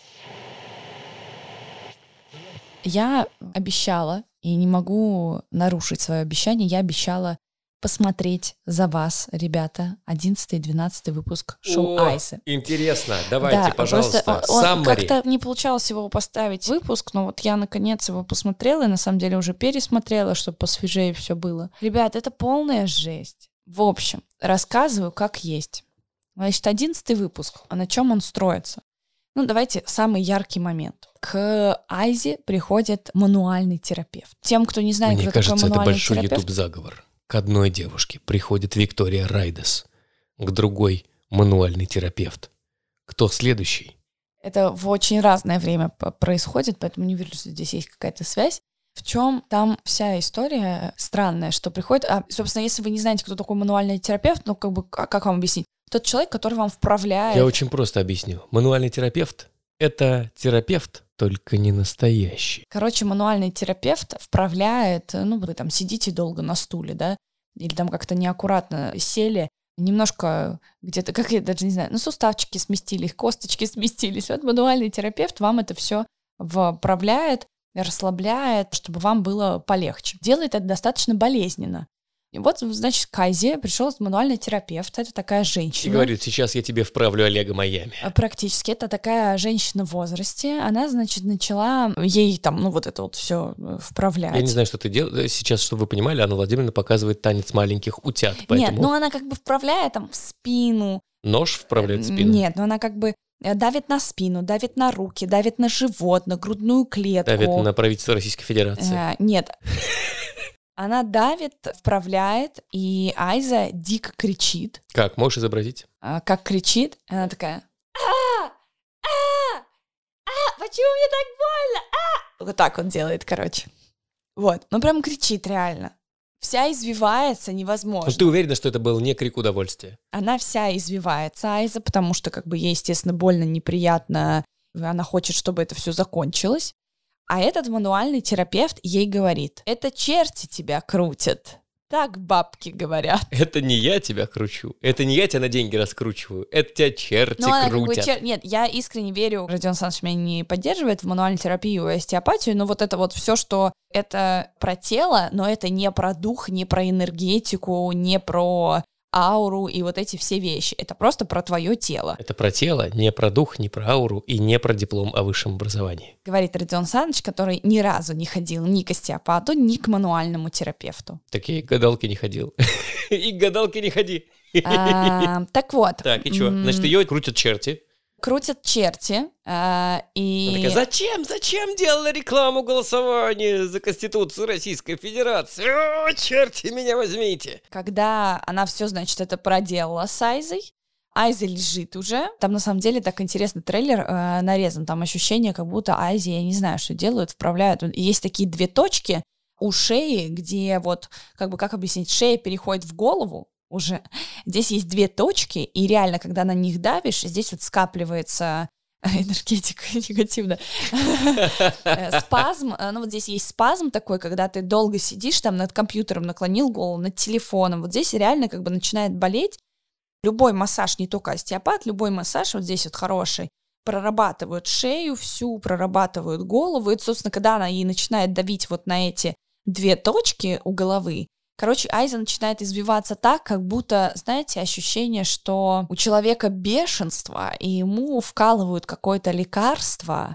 B: Я обещала, и не могу нарушить свое обещание, я обещала посмотреть за вас, ребята, одиннадцатый и двенадцатый выпуск шоу
A: О,
B: Айсы.
A: Интересно, давайте,
B: Да,
A: пожалуйста,
B: просто он- он
A: саммари.
B: как-то не получалось его поставить в выпуск, но вот я наконец его посмотрела, и на самом деле уже пересмотрела, чтобы посвежее все было. Ребят, это полная жесть. В общем, рассказываю как есть. Значит, одиннадцатый выпуск. А на чем он строится? Ну, давайте самый яркий момент. К Айзе приходит мануальный терапевт. Тем, кто не знает,
A: Мне
B: кто
A: кажется,
B: такой
A: это
B: мануальный
A: большой
B: терапевт,
A: ютуб-заговор. К одной девушке приходит Виктория Райдес, к другой мануальный терапевт. Кто следующий?
B: это в очень разное время п- происходит, поэтому не верю, что здесь есть какая-то связь. В чем там вся история странная, что приходит... А, собственно, если вы не знаете, кто такой мануальный терапевт, ну, как бы, а как вам объяснить? Тот человек, который вам вправляет...
A: Я очень просто объясню. Мануальный терапевт — это терапевт, только не настоящий.
B: Короче, мануальный терапевт вправляет, ну, вы там сидите долго на стуле, да, или там как-то неаккуратно сели, немножко где-то, как я даже не знаю, ну, суставчики сместились, косточки сместились. Вот мануальный терапевт вам это все вправляет, расслабляет, чтобы вам было полегче. Делает это достаточно болезненно. И вот, значит, к Айзе пришел мануальный терапевт, это такая
A: И
B: женщина.
A: говорит, сейчас я тебе вправлю Олега Майами.
B: А Практически. Это такая женщина в возрасте. Она, значит, начала ей там, ну, вот это вот все вправлять.
A: Я не знаю, что ты делаешь. Сейчас, чтобы вы понимали, Анна Владимировна показывает танец маленьких утят. Поэтому
B: Нет, ну она как бы вправляет там в спину.
A: нож вправляет в спину.
B: Нет, ну она как бы э, давит на спину, давит на руки, давит на живот, на грудную клетку.
A: Давит на правительство Российской Федерации.
B: Э, Нет. Она давит, вправляет, и Айза дико кричит.
A: Как, можешь изобразить?
B: А, Как кричит, она такая... А! А! А! Почему мне так больно? А! Вот так он делает, короче. Вот. Ну прям кричит реально. Вся извивается невозможно.
A: Ну, ты уверена, что это был не крик удовольствия?
B: Она вся извивается, Айза, потому что как бы ей, естественно, больно, неприятно. Она хочет, чтобы это все закончилось. А этот мануальный терапевт ей говорит: это черти тебя крутят. Так бабки говорят.
A: Это не я тебя кручу. Это не я тебя на деньги раскручиваю. Это тебя черти
B: Ну, она как бы
A: крутят.
B: чер- Нет, я искренне верю, Родион Александрович меня не поддерживает в мануальную терапию и остеопатию, но вот это вот все, что это про тело, но это не про дух, не про энергетику, не про ауру и вот эти все вещи. Это просто про твое тело.
A: Это про тело, не про дух, не про ауру и не про диплом о высшем образовании.
B: Говорит Родион Александрович, который ни разу не ходил ни к остеопату, ни к мануальному терапевту.
A: Так я и к гадалке не ходил. И к гадалке не ходи.
B: А, Так вот.
A: Так, и что?
B: м,
A: Значит, ее крутят черти.
B: Крутят черти, а,
A: Она
B: и...
A: такая, зачем, зачем делала рекламу голосования за Конституцию Российской Федерации? О, черти, меня возьмите.
B: Когда она все, значит, это проделала с Айзой, Айза лежит уже. Там, на самом деле, так интересно, трейлер э, нарезан. Там ощущение, как будто Айзе, я не знаю, что делают, вправляют. И есть такие две точки у шеи, где вот, как бы, как объяснить, шея переходит в голову уже. Здесь есть две точки, и реально, когда на них давишь, здесь вот скапливается энергетика негативно. Спазм, ну вот здесь есть спазм такой, когда ты долго сидишь там над компьютером, наклонил голову, над телефоном. Вот здесь реально как бы начинает болеть. Любой массаж, не только остеопат, любой массаж вот здесь вот хороший, прорабатывают шею всю, прорабатывают голову. И, собственно, когда она ей начинает давить вот на эти две точки у головы, короче, Айза начинает извиваться так, как будто, знаете, ощущение, что у человека бешенство, и ему вкалывают какое-то лекарство,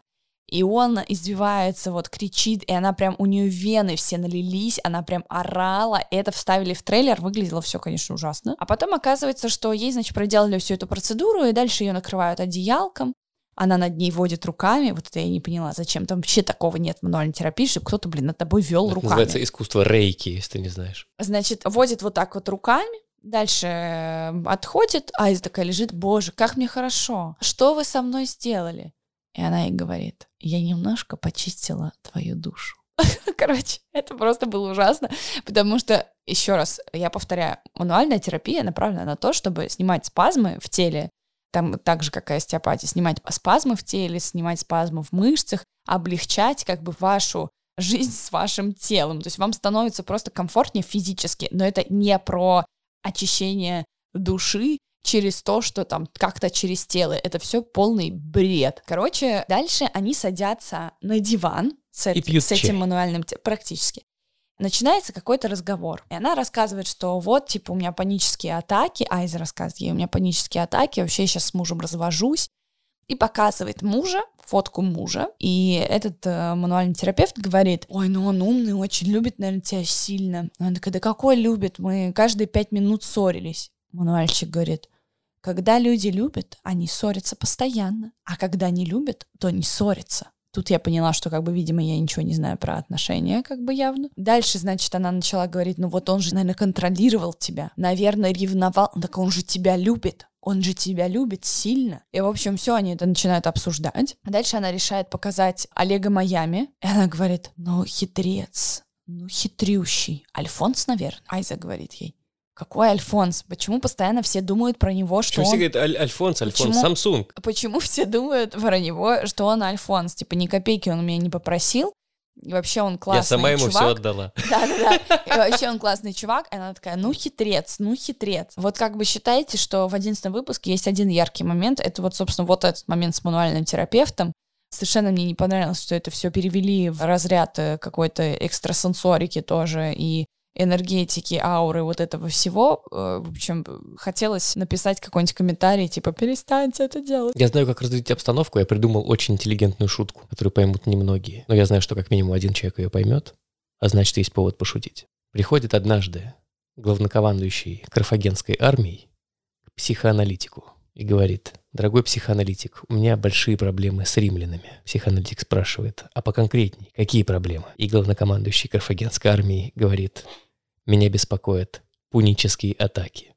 B: И он издевается, вот кричит, и она прям, у нее вены все налились, она прям орала, и это вставили в трейлер, выглядело все, конечно, ужасно. А потом оказывается, что ей, значит, проделали всю эту процедуру, и дальше ее накрывают одеялком, она над ней водит руками, вот это я не поняла, зачем, там вообще такого нет в мануальной терапии, чтобы кто-то, блин, над тобой вел
A: это
B: руками.
A: Называется искусство рейки, если ты не знаешь.
B: Значит, водит вот так вот руками, дальше отходит, Айза такая лежит, боже, как мне хорошо, что вы со мной сделали? И она ей говорит, я немножко почистила твою душу. Короче, это просто было ужасно, потому что, еще раз, я повторяю, мануальная терапия направлена на то, чтобы снимать спазмы в теле, там так же, как и остеопатия, снимать спазмы в теле, снимать спазмы в мышцах, облегчать как бы вашу жизнь с вашим телом. То есть вам становится просто комфортнее физически, но это не про очищение души через то, что там как-то через тело. Это все полный бред. Короче, дальше они садятся на диван с, эт- с этим мануальным, практически. Начинается какой-то разговор. И она рассказывает, что вот, типа, у меня панические атаки. Айза рассказывает ей, у меня панические атаки, вообще я сейчас с мужем развожусь. И показывает мужа, фотку мужа. И этот э, мануальный терапевт говорит, ой, ну он умный, очень любит, наверное, тебя сильно. Она такая, да какой любит? Мы каждые пять минут ссорились. Мануальщик говорит, когда люди любят, они ссорятся постоянно. А когда не любят, то не ссорятся. Тут я поняла, что, как бы, видимо, я ничего не знаю про отношения, как бы, явно. Дальше, значит, она начала говорить, ну вот он же, наверное, контролировал тебя, наверное, ревновал. Так он же тебя любит. Он же тебя любит сильно. И, в общем, все, они это начинают обсуждать. Дальше она решает показать Олега Майами. И она говорит, ну, хитрец, ну, хитрющий. Альфонс, наверное. Айза говорит ей. Какой Альфонс? Почему постоянно все думают про него, что
A: Почему
B: он...
A: все говорят Аль- Альфонс, Альфонс,
B: Почему...
A: Samsung?
B: Почему все думают про него, что он Альфонс? Типа, ни копейки он у меня не попросил. И вообще он классный чувак.
A: Я сама ему все отдала.
B: Да-да-да. И вообще он классный чувак. И она такая, ну хитрец, ну хитрец. Вот как бы считаете, что в одиннадцатом выпуске есть один яркий момент. Это вот, собственно, вот этот момент с мануальным терапевтом. Совершенно мне не понравилось, что это все перевели в разряд какой-то экстрасенсорики тоже и энергетики, ауры, вот этого всего. В общем, хотелось написать какой-нибудь комментарий, типа, перестаньте это делать.
A: Я знаю, как развить обстановку, я придумал очень интеллигентную шутку, которую поймут немногие. Но я знаю, что как минимум один человек ее поймет, а значит, есть повод пошутить. Приходит однажды главнокомандующий Карфагенской армией к психоаналитику и говорит, дорогой психоаналитик, у меня большие проблемы с римлянами. Психоаналитик спрашивает, а поконкретней, какие проблемы? И главнокомандующий Карфагенской армией говорит, меня беспокоят пунические атаки.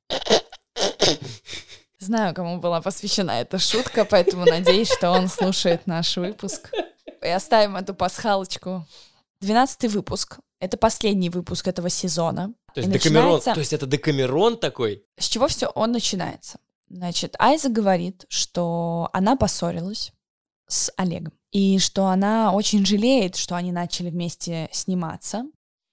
B: Знаю, кому была посвящена эта шутка, поэтому надеюсь, что он слушает наш выпуск. И оставим эту пасхалочку. Двенадцатый выпуск. Это последний выпуск этого сезона.
A: То есть, Декамерон, начинается... То есть это Декамерон такой?
B: С чего все он начинается? Значит, Айза говорит, что она поссорилась с Олегом. И что она очень жалеет, что они начали вместе сниматься.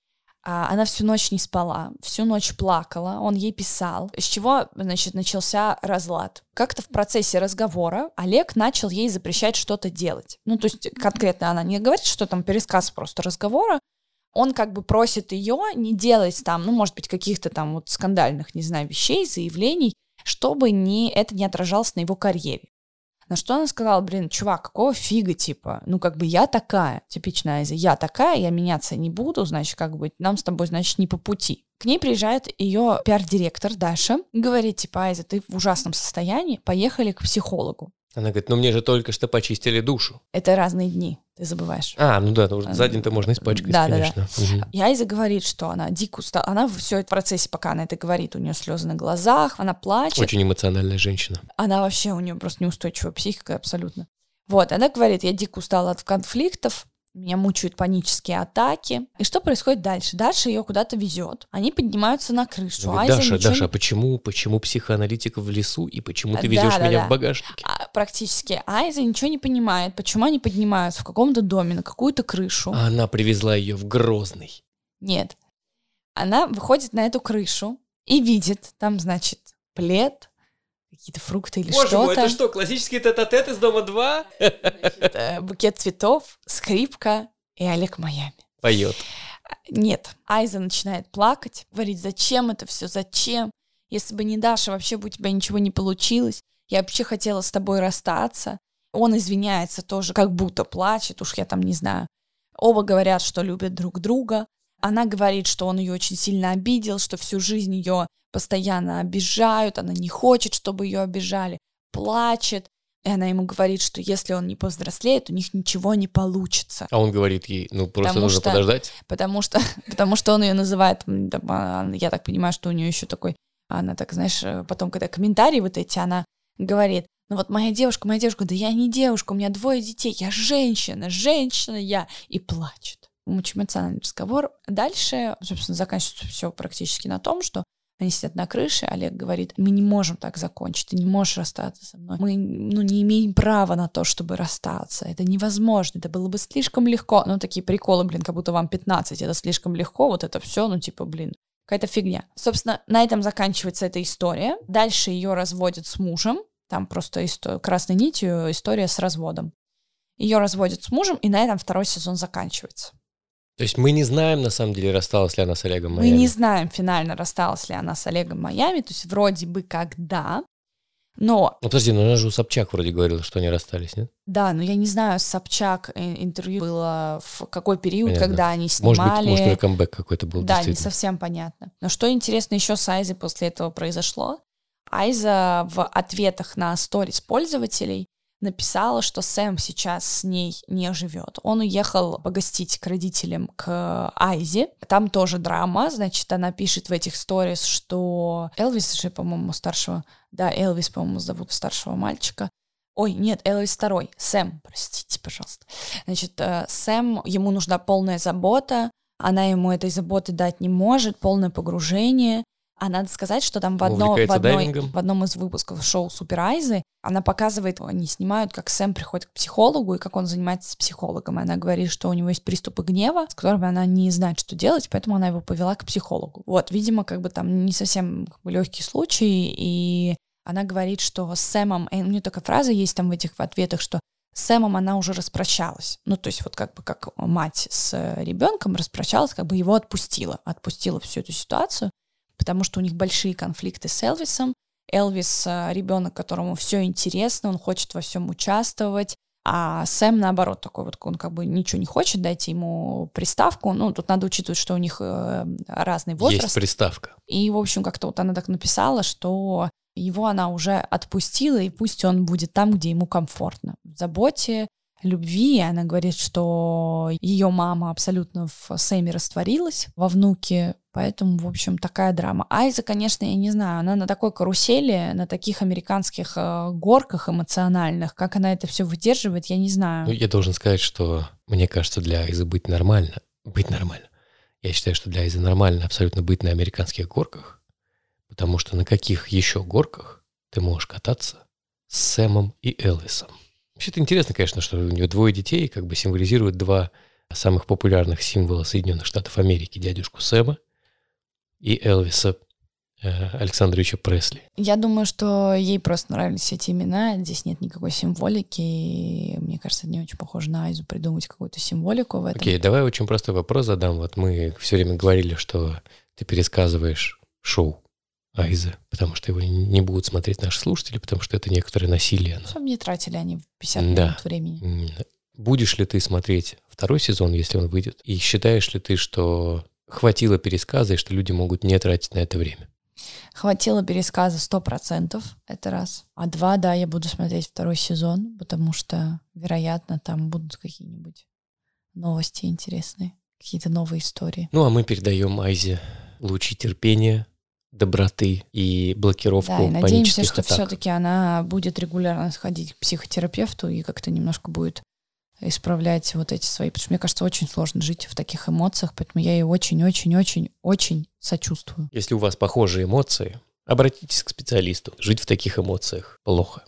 B: Она всю ночь не спала, всю ночь плакала, он ей писал, с чего, значит, начался разлад. Как-то в процессе разговора Олег начал ей запрещать что-то делать. Ну, то есть конкретно она не говорит, что там пересказ просто разговора, он как бы просит ее не делать там, ну, может быть, каких-то там вот скандальных, не знаю, вещей, заявлений, чтобы не, это не отражалось на его карьере. На что она сказала, блин, чувак, какого фига, типа, ну, как бы я такая, типичная Айза, я такая, я меняться не буду, значит, как бы нам с тобой, значит, не по пути. К ней приезжает ее пиар-директор Даша, говорит, типа, Айза, ты в ужасном состоянии, поехали к психологу.
A: Она говорит, ну мне же только что почистили душу.
B: Это разные дни, ты забываешь.
A: А, ну да, уже за день-то можно испачкать, да, конечно.
B: Да, да. Угу. И Айза говорит, что она дико устала. Она все это в процессе, пока она это говорит, у нее слезы на глазах, она плачет.
A: Очень эмоциональная женщина.
B: Она вообще, у нее просто неустойчивая психика абсолютно. Вот, она говорит, я дико устала от конфликтов, меня мучают панические атаки. И что происходит дальше? Дальше ее куда-то везет. Они поднимаются на крышу.
A: Говорит, Даша, ничего... Даша, а почему, почему психоаналитик в лесу, и почему ты везешь да, меня да. в багажнике?
B: А, практически. Айза ничего не понимает, почему они поднимаются в каком-то доме на какую-то крышу.
A: А она привезла ее в Грозный.
B: Нет. Она выходит на эту крышу и видит, там, значит, плед, какие-то фрукты или
A: Боже
B: что-то.
A: Боже мой, это что, классический тет-а-тет из Дома два?
B: Значит, букет цветов, скрипка и Олег Майами.
A: Поет.
B: Нет. Айза начинает плакать, говорит, зачем это все, зачем? Если бы не Даша, вообще бы у тебя ничего не получилось. Я вообще хотела с тобой расстаться. Он извиняется тоже, как будто плачет, уж я там не знаю. Оба говорят, что любят друг друга. Она говорит, что он ее очень сильно обидел, что всю жизнь ее постоянно обижают, она не хочет, чтобы ее обижали, плачет. И она ему говорит, что если он не повзрослеет, у них ничего не получится.
A: А он говорит ей, ну просто
B: потому
A: нужно
B: что,
A: подождать.
B: Потому что, потому что он ее называет, я так понимаю, что у нее еще такой, она так, знаешь, потом, когда комментарии вот эти, она говорит, ну вот моя девушка, моя девушка, да я не девушка, у меня двое детей, я женщина, женщина я, и плачет. Очень эмоциональный разговор. Дальше, собственно, заканчивается все практически на том, что они сидят на крыше, Олег говорит, мы не можем так закончить, ты не можешь расстаться со мной. Мы ну, не имеем права на то, чтобы расстаться. Это невозможно, это было бы слишком легко. Ну, такие приколы, блин, как будто вам пятнадцать, это слишком легко, вот это все, ну, типа, блин, какая-то фигня. Собственно, на этом заканчивается эта история. Дальше ее разводят с мужем, там просто исто- красной нитью история с разводом. Ее разводят с мужем, и на этом второй сезон заканчивается.
A: То есть мы не знаем, на самом деле, рассталась ли она с Олегом
B: Мы
A: Майами.
B: не знаем финально, рассталась ли она с Олегом Майами, то есть вроде бы как да, но...
A: Ну подожди, ну она же у Собчак вроде говорила, что они расстались, нет?
B: Да, но я не знаю, Собчак интервью было в какой период,
A: Понятно.
B: когда они
A: Может
B: снимали.
A: быть, может, у камбэк какой-то был,
B: Да, не совсем понятно. Но что интересно еще с Айзой после этого произошло? Айза в ответах на сторис пользователей написала, что Сэм сейчас с ней не живет. Он уехал погостить к родителям, к Айзе. Там тоже драма. Значит, она пишет в этих сторис, что Элвис же, по-моему, старшего... Да, Элвис, по-моему, зовут старшего мальчика. Ой, нет, Элвис второй. Сэм, простите, пожалуйста. Значит, Сэм, ему нужна полная забота. Она ему этой заботы дать не может, полное погружение. А надо сказать, что там в, одно, в, одной, в одном из выпусков шоу «Супер Айзы» она показывает, они снимают, как Сэм приходит к психологу и как он занимается с психологом. И она говорит, что у него есть приступы гнева, с которыми она не знает, что делать, поэтому она его повела к психологу. Вот, видимо, как бы там не совсем как бы, легкий случай, и она говорит, что с Сэмом, и у нее такая фраза есть там в этих ответах, что с Сэмом она уже распрощалась. Ну, то есть вот как бы как мать с ребенком распрощалась, как бы его отпустила, отпустила всю эту ситуацию, потому что у них большие конфликты с Элвисом. Элвис — ребенок, которому все интересно, он хочет во всем участвовать, а Сэм, наоборот, такой вот, он как бы ничего не хочет, дайте ему приставку. Ну, тут надо учитывать, что у них разный возраст.
A: Есть приставка.
B: И, в общем, как-то вот она так написала, что его она уже отпустила, и пусть он будет там, где ему комфортно. В заботе, любви. Она говорит, что ее мама абсолютно в Сэме растворилась, во внуке, поэтому, в общем, такая драма. Айза, конечно, я не знаю, она на такой карусели, на таких американских э, горках эмоциональных, как она это все выдерживает, я не знаю.
A: Ну, я должен сказать, что мне кажется, для Айзы быть нормально, быть нормально. Я считаю, что для Айзы нормально абсолютно быть на американских горках, потому что на каких еще горках ты можешь кататься с Сэмом и Элвисом? Вообще-то интересно, конечно, что у нее двое детей, как бы символизируют два самых популярных символа Соединенных Штатов Америки: дядюшку Сэма и Элвиса э, Александровича Пресли.
B: Я думаю, что ей просто нравились эти имена, здесь нет никакой символики, и мне кажется, это не очень похоже на Айзу придумать какую-то символику в этом.
A: Окей, давай очень простой вопрос задам. Вот мы все время говорили, что ты пересказываешь шоу Айзы, потому что его не будут смотреть наши слушатели, потому что это некоторое насилие.
B: Чтобы не тратили они пятьдесят
A: да.
B: минут времени.
A: Будешь ли ты смотреть второй сезон, если он выйдет? И считаешь ли ты, что хватило пересказа, и что люди могут не тратить на это время?
B: Хватило пересказа сто процентов, это раз. А два, да, я буду смотреть второй сезон, потому что, вероятно, там будут какие-нибудь новости интересные, какие-то новые истории.
A: Ну, а мы передаем Айзе лучи терпения, доброты и блокировку
B: да, и
A: панических
B: надеемся, что
A: атак.
B: все-таки она будет регулярно сходить к психотерапевту и как-то немножко будет исправлять вот эти свои... Потому что, мне кажется, очень сложно жить в таких эмоциях, поэтому я ей очень-очень-очень-очень сочувствую.
A: Если у вас похожие эмоции, обратитесь к специалисту. Жить в таких эмоциях плохо.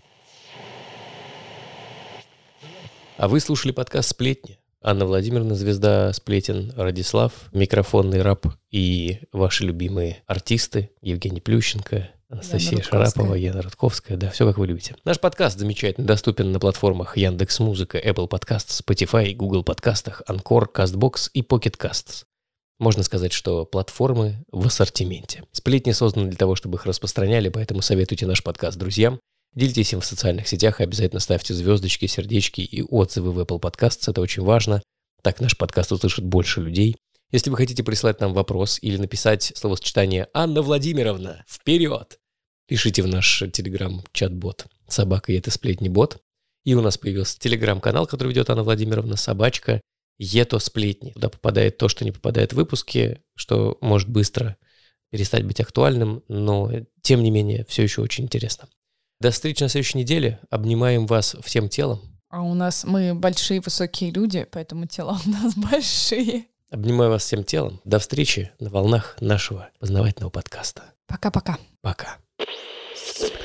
A: А вы слушали подкаст «Сплетни». Анна Владимировна, звезда сплетен, Радислав, микрофонный раб и ваши любимые артисты Евгений Плющенко, Анастасия
B: Яна
A: Шарапова, Яна Рудковская. Да, все как вы любите. Наш подкаст замечательно доступен на платформах Яндекс.Музыка, Apple Podcasts, Spotify, Google Подкастах, Anchor, CastBox и Pocket Casts. Можно сказать, что платформы в ассортименте. Сплетни созданы для того, чтобы их распространяли, поэтому советуйте наш подкаст друзьям. Делитесь им в социальных сетях и обязательно ставьте звездочки, сердечки и отзывы в Apple Podcasts. Это очень важно. Так наш подкаст услышит больше людей. Если вы хотите прислать нам вопрос или написать словосочетание «Анна Владимировна, вперед!», пишите в наш телеграм-чат-бот «Собака, и это сплетни-бот». И у нас появился телеграм-канал, который ведет Анна Владимировна, собачка «Ето сплетни». Туда попадает то, что не попадает в выпуски, что может быстро перестать быть актуальным, но тем не менее все еще очень интересно. До встречи на следующей неделе. Обнимаем вас всем телом.
B: А у нас мы большие высокие люди, поэтому тела у нас большие.
A: Обнимаю вас всем телом. До встречи на волнах нашего познавательного подкаста.
B: Пока-пока.
A: Пока.